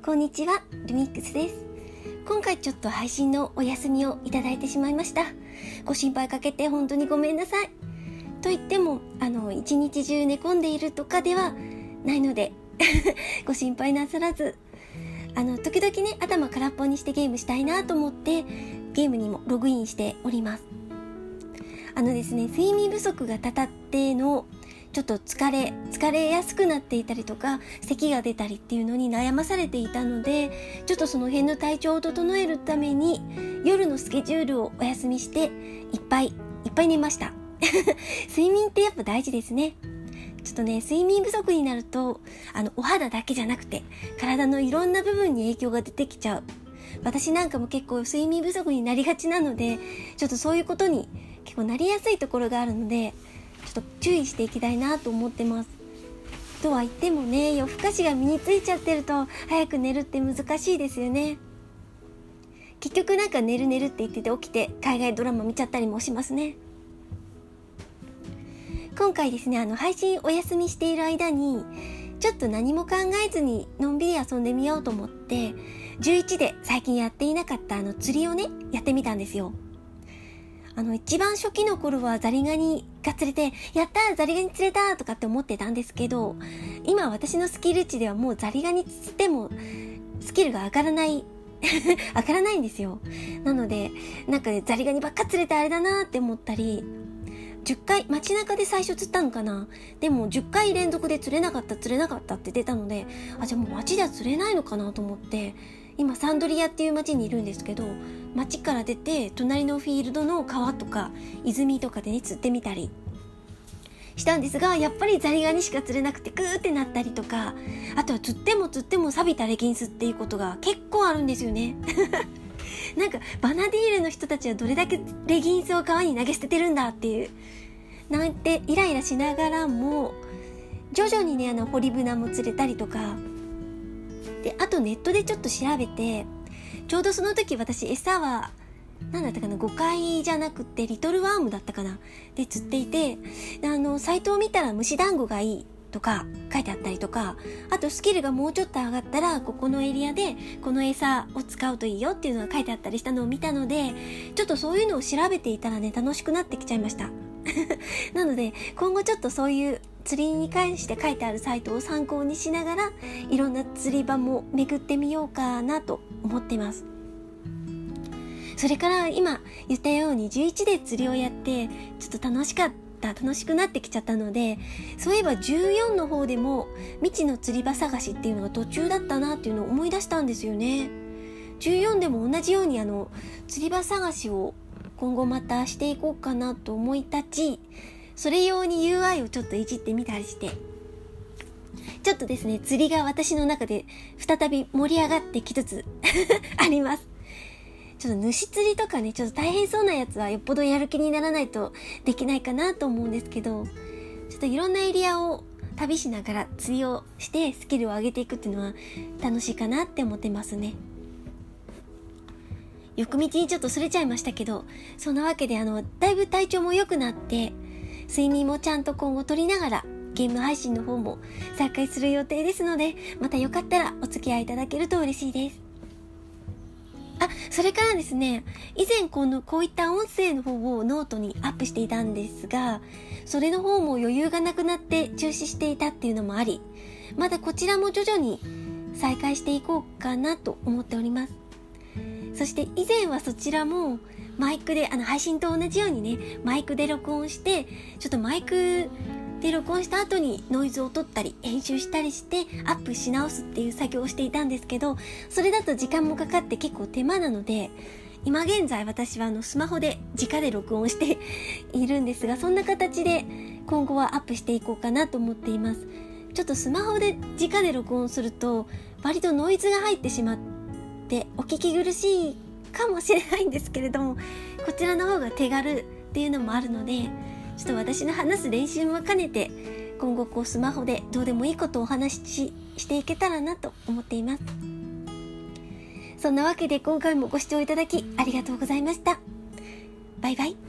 こんにちは、ルミックスです。今回ちょっと配信のお休みをいただいてしまいました。ご心配かけて本当にごめんなさい。と言っても一日中寝込んでいるとかではないのでご心配なさらず、時々ね、頭空っぽにしてゲームしたいなと思ってゲームにもログインしております。ですね、睡眠不足がたたってのちょっと疲れやすくなっていたりとか、咳が出たりっていうのに悩まされていたので、ちょっとその辺の体調を整えるために夜のスケジュールをお休みしていっぱい寝ました睡眠ってやっぱ大事ですね。ちょっとね、睡眠不足になるとお肌だけじゃなくて体のいろんな部分に影響が出てきちゃう。私なんかも結構睡眠不足になりがちなので、ちょっとそういうことに結構なりやすいところがあるので、ちょっと注意していきたいなと思ってます。とは言ってもね、夜更かしが身についちゃってると早く寝るって難しいですよね。結局なんか寝るって言ってて起きて海外ドラマ見ちゃったりもしますね。今回ですね、配信お休みしている間にちょっと何も考えずにのんびり遊んでみようと思って、11で最近やっていなかった釣りをね、やってみたんですよ。一番初期の頃はザリガニが釣れて、やったーザリガニ釣れたとかって思ってたんですけど、今私のスキル値ではもうザリガニ釣ってもスキルが上がらないんですよ。なのでなんかね、ザリガニばっか釣れてあれだなーって思ったり、10回街中で最初釣ったのかな。でも10回連続で釣れなかったって出たので、じゃあもう街では釣れないのかなと思って、今サンドリアっていう街にいるんですけど、街から出て隣のフィールドの川とか泉とかでね、釣ってみたりしたんですが、やっぱりザリガニしか釣れなくてグーってなったりとか、あとは釣っても錆びたレギンスっていうことが結構あるんですよねなんかバナディールの人たちはどれだけレギンスを川に投げ捨ててるんだっていうなんてイライラしながらも、徐々にね、ホリブナも釣れたりとかで、あとネットでちょっと調べて、ちょうどその時私餌は何だったかな、5回じゃなくてリトルワームだったかなで釣っていて、サイトを見たら虫団子がいいとか書いてあったりとか、あとスキルがもうちょっと上がったらここのエリアでこの餌を使うといいよっていうのが書いてあったりしたのを見たので、ちょっとそういうのを調べていたらね、楽しくなってきちゃいましたなので今後ちょっとそういう釣りに関して書いてあるサイトを参考にしながら、いろんな釣り場も巡ってみようかなと思ってます。それから今言ったように11で釣りをやってちょっと楽しくなってきちゃったので、そういえば14の方でも未知の釣り場探しっていうのが途中だったなっていうのを思い出したんですよね。14でも同じように釣り場探しを今後またしていこうかなと思い立ち、それ用に UI をちょっといじってみたりして、ちょっとですね、釣りが私の中で再び盛り上がってきつつあります。ちょっと主釣りとかね、ちょっと大変そうなやつはよっぽどやる気にならないとできないかなと思うんですけど、ちょっといろんなエリアを旅しながら釣りをしてスキルを上げていくっていうのは楽しいかなって思ってますね。横道にちょっとそれちゃいましたけど、そんなわけでだいぶ体調も良くなって、睡眠もちゃんと今後取りながらゲーム配信の方も再開する予定ですので、またよかったらお付き合いいただけると嬉しいです。それからですね、以前こういった音声の方をノートにアップしていたんですが、それの方も余裕がなくなって中止していたっていうのもあり、まだこちらも徐々に再開していこうかなと思っております。そして以前はそちらもマイクで配信と同じようにね、マイクで録音して、ちょっとマイクで録音した後にノイズを取ったり編集したりしてアップし直すっていう作業をしていたんですけど、それだと時間もかかって結構手間なので、今現在私はスマホで直で録音しているんですが、そんな形で今後はアップしていこうかなと思っています。ちょっとスマホで直で録音すると割とノイズが入ってしまってお聞き苦しいかもしれないんですけれども、こちらの方が手軽っていうのもあるので、ちょっと私の話す練習も兼ねて今後スマホでどうでもいいことをお話ししていけたらなと思っています。そんなわけで今回もご視聴いただきありがとうございました。バイバイ。